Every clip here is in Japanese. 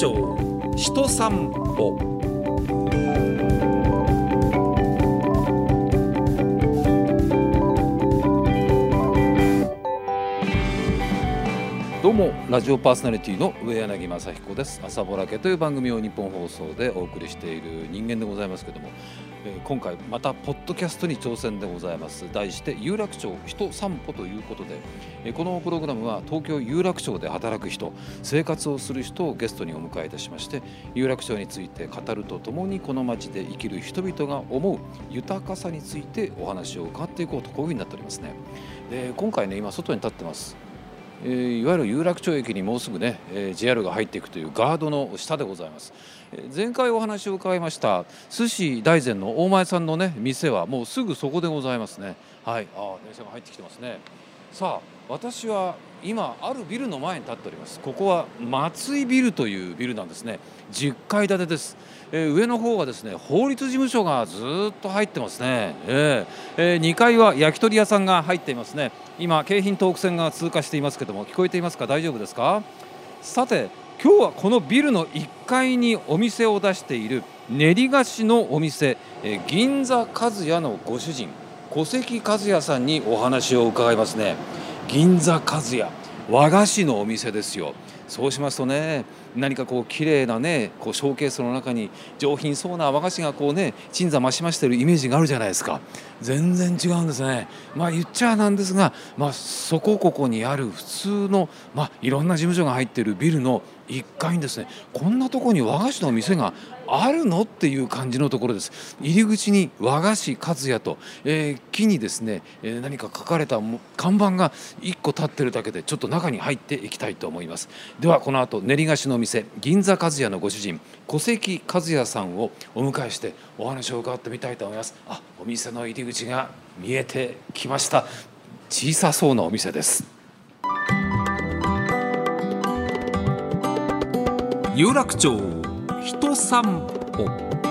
町人散歩。どうもラジオパーソナリティの上柳正彦です。朝ぼらけという番組を日本放送でお送りしている人間でございますけども、今回またポッドキャストに挑戦でございます。題して有楽町人散歩ということで、このプログラムは東京有楽町で働く人、生活をする人をゲストにお迎えいたしまして、有楽町について語るとともにこの街で生きる人々が思う豊かさについてお話を伺っていこうと、こういうふうになっておりますね。で今回ね、今外に立ってます。いわゆる有楽町駅にもうすぐね、JR が入っていくというガードの下でございます。前回お話を伺いました寿司大善の大前さんのね店はもうすぐそこでございますね。はい、電車が入ってきてますね。さあ、私は今あるビルの前に立っております。ここは松井ビルというビルなんですね。10階建てです。上の方はですね、法律事務所がずっと入ってますね。2階は焼き鳥屋さんが入っていますね。今京浜東北線が通過していますけども、聞こえていますか？大丈夫ですか？さて、今日はこのビルの1階にお店を出している練り菓子のお店、銀座和也のご主人、小関和也さんにお話を伺いますね。銀座和也、和菓子のお店ですよ。そうしますとね、何かこう綺麗なね、こうショーケースの中に上品そうな和菓子がこうね、鎮座増し増しているイメージがあるじゃないですか。全然違うんですね。言っちゃなんですが、そこここにある普通の、いろんな事務所が入っているビルの1階にですね、こんなところに和菓子の店があるのっていう感じのところです。入り口に和菓子和也と、木にですね、何か書かれた看板が1個立ってるだけで、ちょっと中に入っていきたいと思います。ではこの後、練り菓子の店銀座和也のご主人小関和也さんをお迎えしてお話を伺ってみたいと思います。お店の入り口が見えてきました。小さそうなお店です。有楽町人散歩。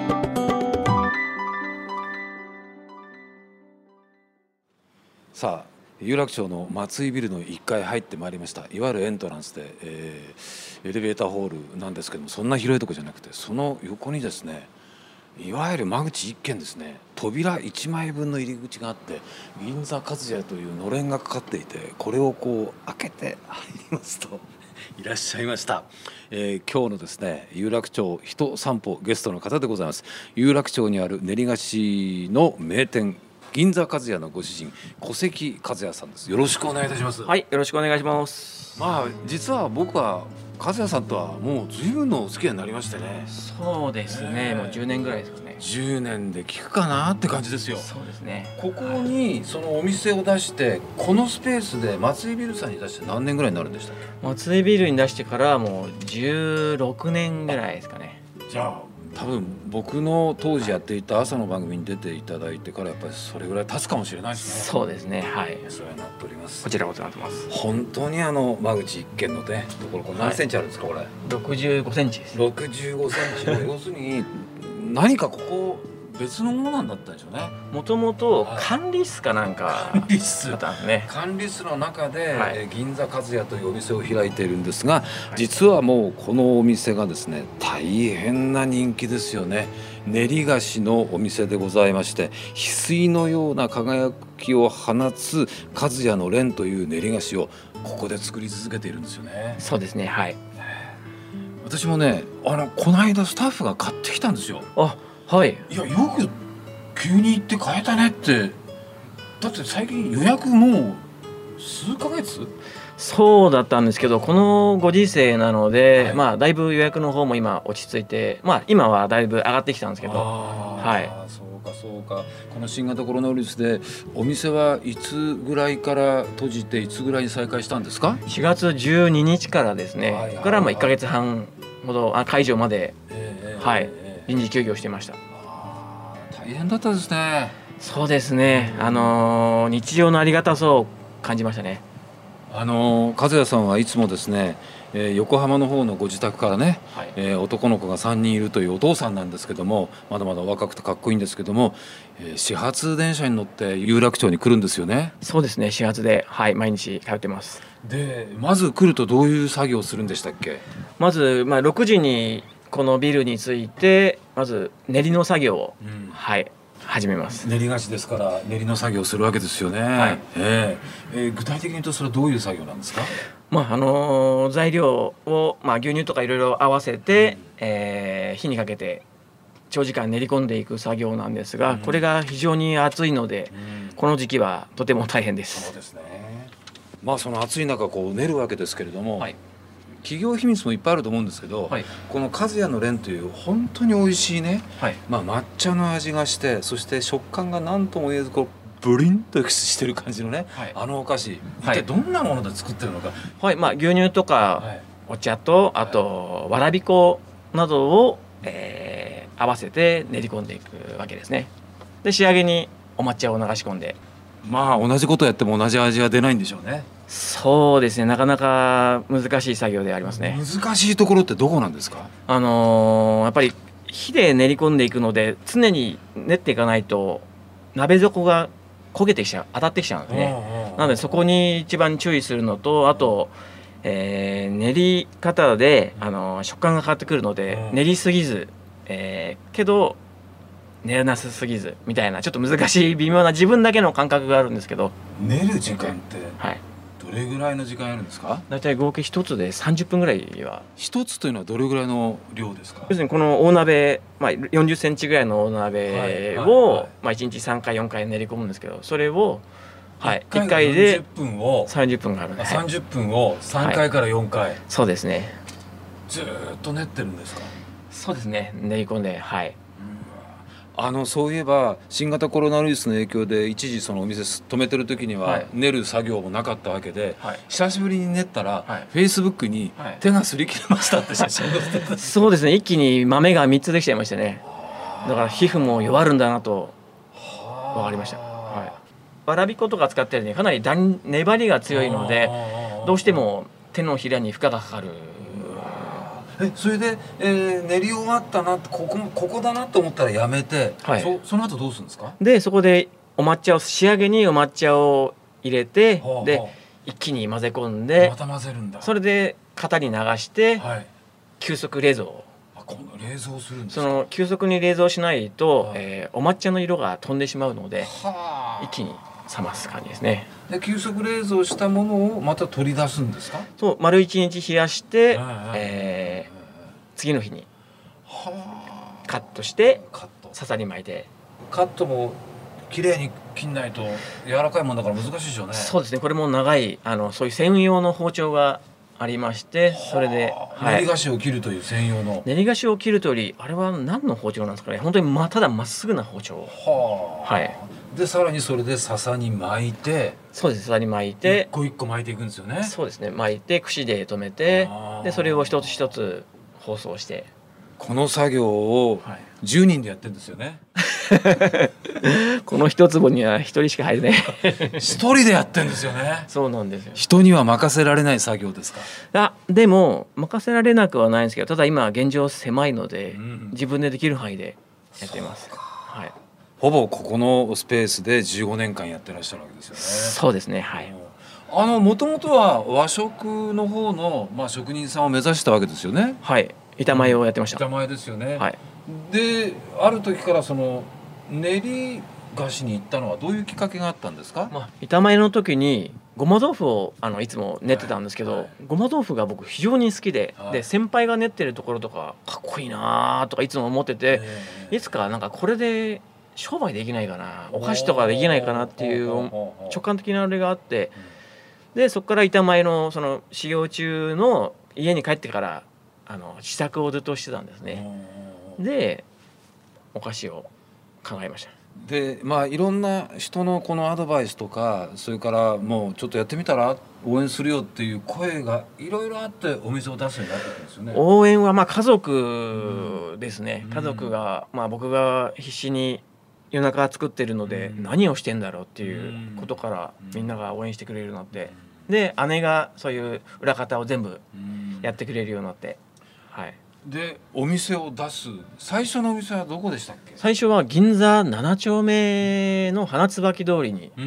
さあ、有楽町の松井ビルの1階入ってまいりました。いわゆるエントランスで、エレベーターホールなんですけども、そんな広いところじゃなくて、その横にですね、いわゆる間口1軒ですね、扉1枚分の入り口があって、銀座和也というのれんがかかっていて、これをこう開けて入りますといらっしゃいました。今日のですね、有楽町人散歩ゲストの方でございます。有楽町にある練り菓子の名店銀座和也のご主人小関和也さんです。よろしくお願いいたします。 はい、よろしくお願いします。 実は僕は和也さんとはもう随分のお付き合いになりましてね。 そうですね、もう10年ぐらいですかね。 10年で聞くかなって感じですよ。 そうですね。 ここにそのお店を出して、このスペースで松井ビルさんに出して何年ぐらいになるんでしたっけ？ 松井ビルに出してからもう16年ぐらいですかね。 じゃあ多分僕の当時やっていた朝の番組に出ていただいてからやっぱりそれぐらい経つかもしれないですね。 そうですね、はい。 それはなっております。 こちらこそなってます。 本当に間口一軒のねところ、これ何センチあるんですか？これ 65センチです。 65センチの要するに何かここ別のものなんだったんでしょうね。 もともと管理室かなんか管理室だったんですね。 管理室の中で、銀座和也というお店を開いているんですが、実はもうこのお店がですね、大変な人気ですよね。練り菓子のお店でございまして、翡翠のような輝きを放つ和也の蓮という練り菓子をここで作り続けているんですよね。 そうですね、はい。 私もね、この間スタッフが買ってきたんですよ。 はい。 いや、よく急に行って買えたねって。だって最近予約もう数ヶ月？ そうだったんですけど、このご時世なので、だいぶ予約の方も今落ち着いて、今はだいぶ上がってきたんですけど、 そうか。この新型コロナウイルスでお店はいつぐらいから閉じて、いつぐらいに再開したんですか ？4月12日からですね。ここから1ヶ月半ほど解除まで、臨時休業してました。 大変だったですね。 そうですね。日常のありがたさを感じましたね。 和也さんはいつもですね、 横浜の方のご自宅からね、 はい、 男の子が3人いるというお父さんなんですけども、まだまだ若くてかっこいいんですけども、始発電車に乗って有楽町に来るんですよね。 そうですね、始発で、はい、毎日通ってます。 でまず来るとどういう作業をするんでしたっけ？ まず、6時にこのビルに着いて、まず練りの作業を、はい、始めます。 練り菓子ですから練りの作業をするわけですよね。 はい、 具体的に言うとそれはどういう作業なんですか？ 材料を、牛乳とかいろいろ合わせて、火にかけて長時間練り込んでいく作業なんですが、これが非常に暑いので、この時期はとても大変です。 そうですね。その暑い中こう練るわけですけれども、 はい、 企業秘密もいっぱいあると思うんですけど、 はい、 この和也のれんという本当に美味しいね、 はい、 抹茶の味がして、そして食感が何とも言えずこうブリンとしてる感じのね、はい、あのお菓子、一体どんなもので作ってるのか。 はい、牛乳とかお茶と、あとわらび粉などを、合わせて練り込んでいくわけですね。で仕上げにお抹茶を流し込んで、 同じことやっても同じ味は出ないんでしょうね。 そうですね、なかなか難しい作業でありますね。 難しいところってどこなんですか？ やっぱり火で練り込んでいくので、常に練っていかないと鍋底が焦げてきちゃう、当たってきちゃうんですね。なのでそこに一番注意するのと、あと、練り方で食感が変わってくるので、練りすぎず、けど練らなさすぎずみたいな、ちょっと難しい微妙な自分だけの感覚があるんですけど。 練る時間って、 はい、 どれぐらいの時間やるんですか？ だいたい合計1つで30分ぐらいは。 1つというのはどれぐらいの量ですか？ 要するにこの大鍋、40センチぐらいの大鍋を、1日3回4回練り込むんですけど、それを、1回で30分があるんです。 30分を3回から4回、 そうですね。 ずっと練ってるんですか？ そうですね、練り込んで、はい。 そういえば新型コロナウイルスの影響で一時そのお店止めてる時には練る作業もなかったわけで、久しぶりに練ったら、フェイスブックに手が擦り切れましたって写真が載ってた。 そうですね、一気に豆が3つできちゃいましたね。だから皮膚も弱るんだなと分かりました。わらび粉とか使ってるのにかなり粘りが強いので、どうしても手のひらに負荷がかかる。 それで、練り終わったなって、ここだなと思ったらやめて、その後どうするんですか？ でそこでお抹茶を仕上げにお抹茶を入れて、で一気に混ぜ込んで、 また混ぜるんだ。 それで型に流して、急速冷蔵。 今度冷蔵するんですか？ その急速に冷蔵しないと、お抹茶の色が飛んでしまうので、一気に冷ます感じですね。 で急速冷蔵したものをまた取り出すんですか？ そう丸1日冷やして、次の日にカットして笹に巻いて。 カットも綺麗に切んないと柔らかいもんだから難しいでしょうね。 そうですね、これも長いそういう専用の包丁がありまして、それで練り菓子を切るという専用の。 練り菓子を切るというより、あれは何の包丁なんですかね。本当にただまっすぐな包丁。 でさらにそれで笹に巻いて。 そうです、笹に巻いて一個一個巻いていくんですよね。 そうですね、巻いて串で留めて、でそれを一つ一つ包装して。 この作業を10人でやってるんですよね。 この一坪には1人しか入れない。 1人でやってるんですよね。 そうなんですよ。 人には任せられない作業ですか？ でも任せられなくはないんですけど、ただ今現状狭いので、自分でできる範囲でやっています。 ほぼここのスペースで15年間やってらっしゃるわけですよね。 そうですね、はい。 もともとは和食の方の、職人さんを目指したわけですよね。 はい、板前をやってました。 板前ですよね。 はい。 である時からその練り菓子に行ったのはどういうきっかけがあったんですか？ 板前の時にごま豆腐をいつも練ってたんですけど、ごま豆腐が僕非常に好きで、先輩が練ってるところとかかっこいいなとかいつも思ってて、いつかなんかこれで商売できないかな、お菓子とかできないかなっていう直感的なあれがあって、でそこから板前のその修行中の家に帰ってから試作をずっとしてたんですね。でお菓子を考えました。 でいろんな人のこのアドバイスとか、それからもうちょっとやってみたら応援するよっていう声がいろいろあってお店を出すようになってくるんですよね。 応援は家族ですね。家族が僕が必死に夜中作ってるので、何をしてんだろうっていうことからみんなが応援してくれるようになって、 で姉がそういう裏方を全部やってくれるようになって、はい、 でお店を出す最初のお店はどこでしたっけ？ 最初は銀座7丁目の花椿通りに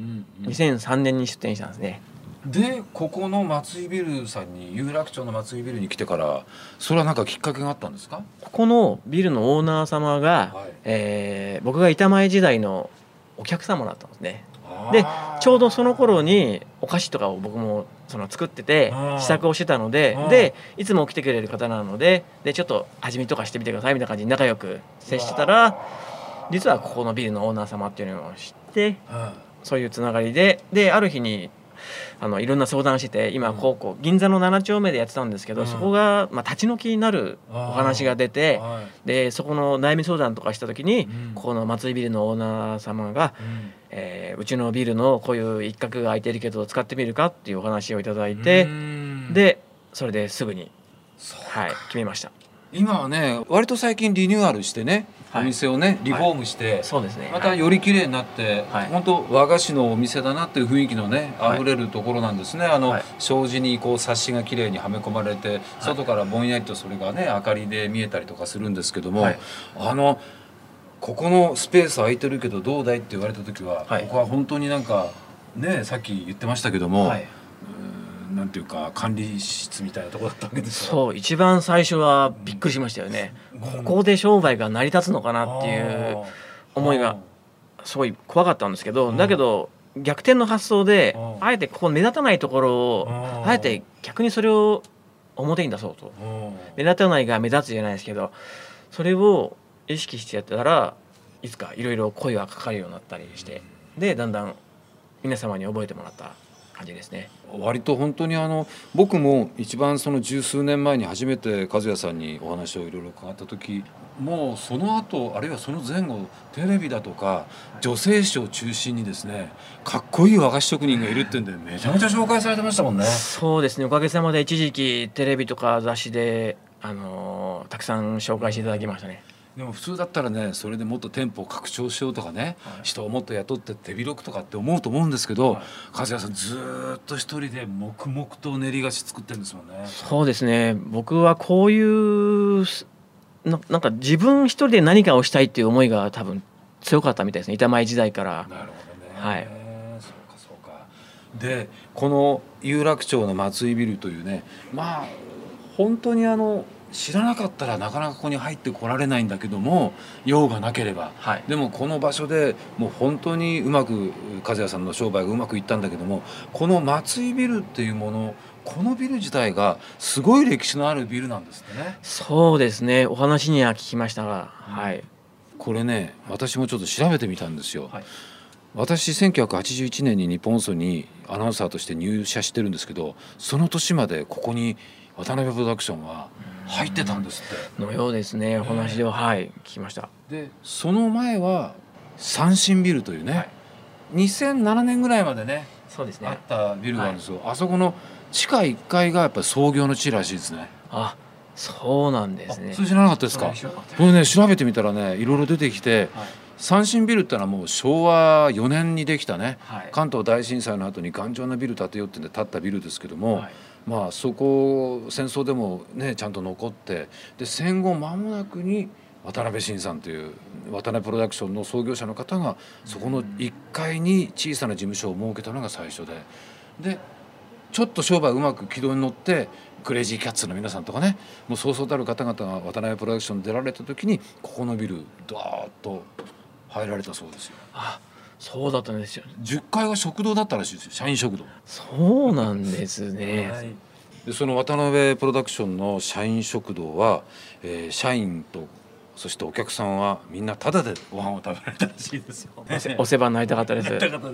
2003年に出店したんですね。 でここの松井ビルさんに有楽町の松井ビルに来てからそれは何かきっかけがあったんですか？ ここのビルのオーナー様が、僕が板前時代のお客様だったんですね。でちょうどその頃にお菓子とかを僕も作ってて試作をしてたのでいつも来てくれる方なのでちょっと味見とかしてみてくださいみたいな感じに仲良く接してたら、実はここのビルのオーナー様っていうのを知って、そういうつながりである日にいろんな相談してて、今銀座の7丁目でやってたんですけど、そこが立ち退きになるお話が出て、でそこの悩み相談とかした時に、ここの松井ビルのオーナー様が、うちのビルのこういう一角が空いてるけど使ってみるかっていうお話をいただいて、でそれですぐに、決めました。 今はね割と最近リニューアルしてね、お店をねリフォームして、 そうですね、 またより綺麗になって、本当和菓子のお店だなっていう雰囲気のね溢れるところなんですね。障子に冊子が綺麗にはめ込まれて、外からぼんやりとそれがね明かりで見えたりとかするんですけども、ここのスペース空いてるけどどうだいって言われた時は、ここは本当になんかねさっき言ってましたけども、なんていうか管理室みたいなところだったわけですよ。 そう一番最初はびっくりしましたよね。ここで商売が成り立つのかなっていう思いがすごい怖かったんですけど、だけど逆転の発想であえてここ目立たないところをあえて逆にそれを表に出そうと、目立たないが目立つじゃないですけど、それを意識してやってたらいつかいろいろ声がかかるようになったりして、でだんだん皆様に覚えてもらった感じですね。 割と本当に僕も一番その十数年前に初めて和也さんにお話をいろいろ伺った時、もうその後あるいはその前後テレビだとか女性誌を中心にですねかっこいい和菓子職人がいるっていうんでめちゃめちゃ紹介されてましたもんね。 そうですね、おかげさまで一時期テレビとか雑誌で、たくさん紹介していただきましたね。 でも普通だったらねそれでもっと店舗を拡張しようとかね、人をもっと雇って手広くとかって思うと思うんですけど、和也さんずっと一人で黙々と練り菓子作ってるんですもんね。 そうですね、僕はこういうなんか自分一人で何かをしたいっていう思いが多分強かったみたいですね、板前時代から。 なるほどね、そうか。でこの有楽町の松井ビルというね、本当に知らなかったらなかなかここに入ってこられないんだけども、用がなければ、でもこの場所でもう本当にうまく和也さんの商売がうまくいったんだけども、この松井ビルっていうもの、このビル自体がすごい歴史のあるビルなんですね。 そうですね、お話には聞きましたが、 これね私もちょっと調べてみたんですよ。私1981年に日本放送にアナウンサーとして入社してるんですけど、その年までここに渡辺プロダクションは入ってたんですってのようですね、お話では聞きました。 でその前は三新ビルというね、2007年ぐらいまでねそうですねあったビルがあるんですよ。あそこの地下1階がやっぱり創業の地らしいですね。 あ、そうなんですね。 それ知らなかったですか？これね調べてみたらねいろいろ出てきて、三新ビルってのはもう昭和4年にできたね、関東大震災の後に頑丈なビル建てようってんで建ったビルですけども、そこ戦争でもねちゃんと残って、で戦後間もなくに渡辺晋さんという渡辺プロダクションの創業者の方がそこの1階に小さな事務所を設けたのが最初で、ちょっと商売うまく軌道に乗ってクレイジーキャッツの皆さんとかね、もうそうそうたる方々が渡辺プロダクションに出られた時にここのビルドーッと入られたそうですよ。 そうだったんですよ。 10階が食堂だったらしいですよ、社員食堂。 そうなんですね。 でその渡辺プロダクションの社員食堂は、社員とそしてお客さんはみんなタダでご飯を食べられたらしいですよ。 お世話になりたかったです。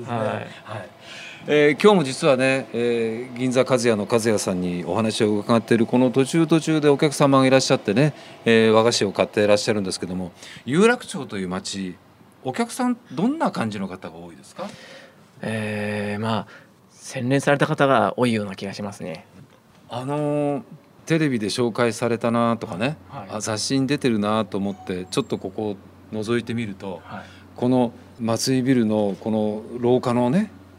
今日も実はね、銀座和也の和也さんにお話を伺っているこの途中でお客様がいらっしゃってね、和菓子を買っていらっしゃるんですけども、有楽町という街、お客さんどんな感じの方が多いですか？ 洗練された方が多いような気がしますね。 テレビで紹介されたなとかね、雑誌に出てるなと思ってちょっとここを覗いてみると、この松井ビルのこの廊下のね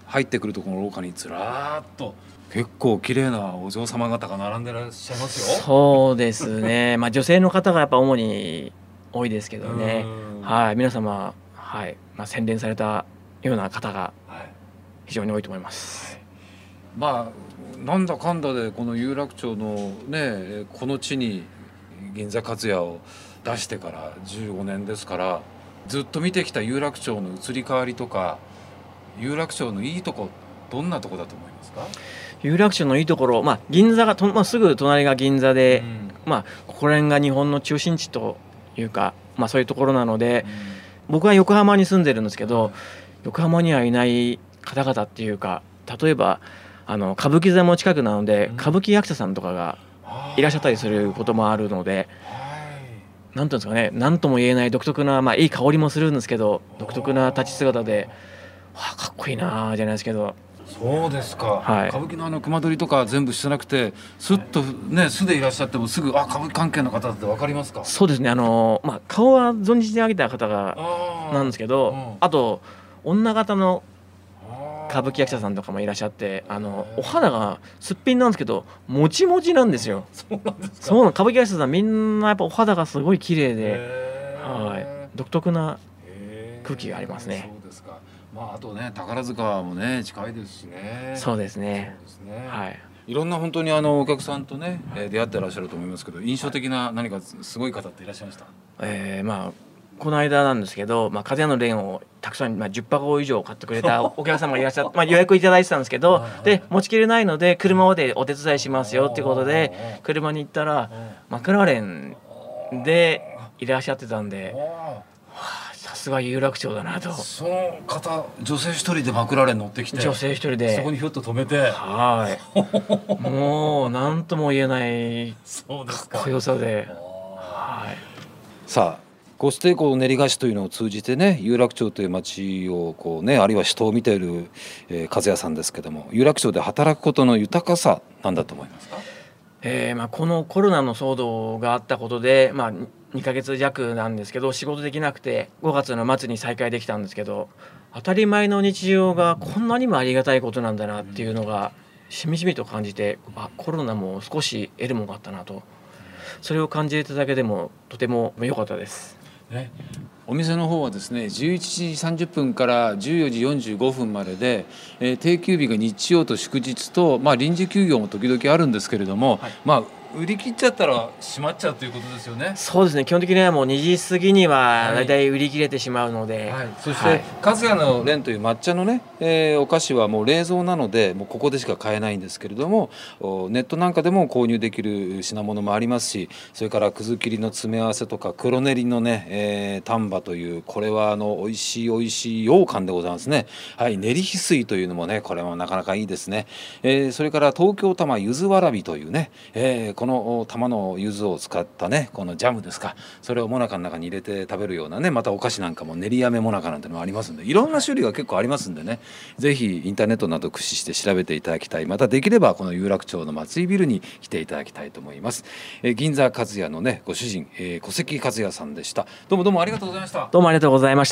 入ってくるところの廊下にずらーっと結構綺麗なお嬢様方が並んでらっしゃいますよ。 そうですねまあ女性の方がやっぱ主に多いですけどね、はい、皆様、はいまあ、洗練されたような方が非常に多いと思います、はい、 まあなんだかんだでこの有楽町のねこの地に銀座かつやを出してから15年ですから、ずっと見てきた有楽町の移り変わりとか、有楽町のいいとこどんなとこだと思いますか？ 有楽町のいいところ、まあ、銀座がまあ、すぐ隣が銀座で、まあ、ここら辺が日本の中心地というか、まあ、そういうところなので、僕は横浜に住んでるんですけど、横浜にはいない方々っていうか、例えば歌舞伎座も近くなので、歌舞伎役者さんとかがいらっしゃったりすることもあるので、なんていうんですかね、なんとも言えない独特な、まあ、いい香りもするんですけど、独特な立ち姿で、わあかっこいいなじゃないですけど。 そうですか、 はい、 歌舞伎の熊取りとか全部してなくて、すっとね素でいらっしゃってもすぐ歌舞伎関係の方って分かりますか？ そうですね、まあ、顔は存じてあげた方がなんですけど、あと女方の歌舞伎役者さんとかもいらっしゃって、お肌がすっぴんなんですけどもちもちなんですよ。 そうなんですか？ そうな、歌舞伎役者さんみんなやっぱお肌がすごい綺麗で、はい、独特な空気がありますね。 そうですか。まああとね宝塚もね近いですしね。 そうですね。 そうですね。 はい。 いろんな本当にお客さんとね出会ってらっしゃると思いますけど、印象的な何かすごい方っていらっしゃいました？ まあこの間なんですけど、まあ、風のレーンをたくさん、まあ、10箱以上買ってくれたお客様がいらっしゃって、まあ、予約いただいてたんですけど、で持ちきれないので車までお手伝いしますよっていうことで車に行ったらマクラーレンでいらっしゃってたんで、さすが有楽町だなと。 その方女性一人でマクラーレン乗ってきて、 女性一人でそこにひょっと止めて、 はいもう何とも言えないかっこよさで、はい、さあこうしてこう練り菓子というのを通じてね、有楽町という街をこうね、あるいは人を見ている、和也さんですけども、有楽町で働くことの豊かさなんだと思いますか？まあ、このコロナの騒動があったことで、まあ、2ヶ月弱なんですけど仕事できなくて5月の末に再開できたんですけど、当たり前の日常がこんなにもありがたいことなんだなっていうのがしみじみと感じて、コロナも少し得るものがあったなと、それを感じただけでもとても良かったですね。お店の方はですね、11時30分から14時45分までで、定休日が日曜と祝日と、まあ、臨時休業も時々あるんですけれども、はい、まあ売り切っちゃったら閉まっちゃうということですよね。そうですね、基本的にはもう2時過ぎにはだいたい売り切れてしまうので、はいはい、そして、はい、和也の蓮という抹茶のね、お菓子はもう冷蔵なのでもうここでしか買えないんですけれども、ネットなんかでも購入できる品物もありますし、それからくず切りの詰め合わせとか黒練りのね、丹波という、これは美味しい羊羹でございますね。はい、練り翡翠というのもね、これもなかなかいいですね。それから東京多摩ゆずわらびというね、この玉の柚子を使ったねこのジャムですか、それをもなかの中に入れて食べるようなね、またお菓子なんかも練り飴もなかなんてのもありますんで、いろんな種類が結構ありますんでね、ぜひインターネットなど駆使して調べていただきたい。またできればこの有楽町の松井ビルに来ていただきたいと思います。銀座和也のねご主人、小関和也さんでした。どうもありがとうございました。どうもありがとうございました。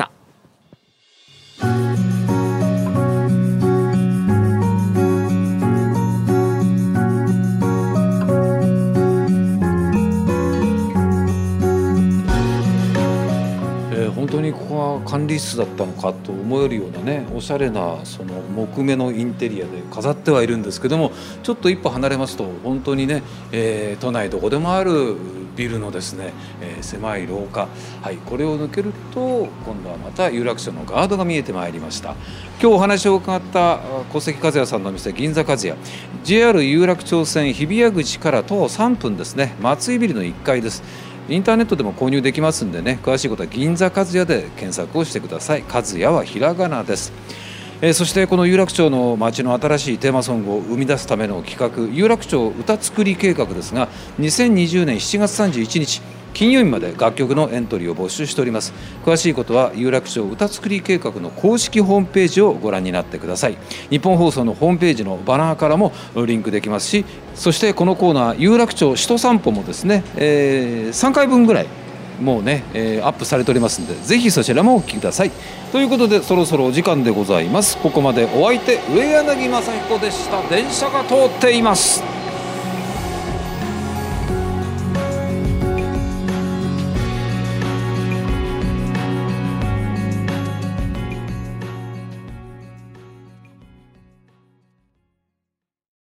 本当にここは管理室だったのかと思えるようなね、おしゃれなその木目のインテリアで飾ってはいるんですけども、ちょっと一歩離れますと本当にね、都内どこでもあるビルのですね、狭い廊下、はい、これを抜けると今度はまた有楽町のガードが見えてまいりました。今日お話を伺った小関和也さんのお店銀座和也、 JR 有楽町線日比谷口から徒歩3分ですね、松井ビルの1階です。インターネットでも購入できますんでね、詳しいことは銀座和也で検索をしてください。和也はひらがなです。そしてこの有楽町の街の新しいテーマソングを生み出すための企画、有楽町歌作り計画ですが、2020年7月31日金曜日まで楽曲のエントリーを募集しております。詳しいことは有楽町歌作り計画の公式ホームページをご覧になってください。日本放送のホームページのバナーからもリンクできますし、そしてこのコーナー有楽町首都散歩もですね、3回分ぐらいもうね、アップされておりますんで、ぜひそちらもお聞きください。ということでそろそろお時間でございます。ここまでお相手上柳正彦でした。電車が通っています。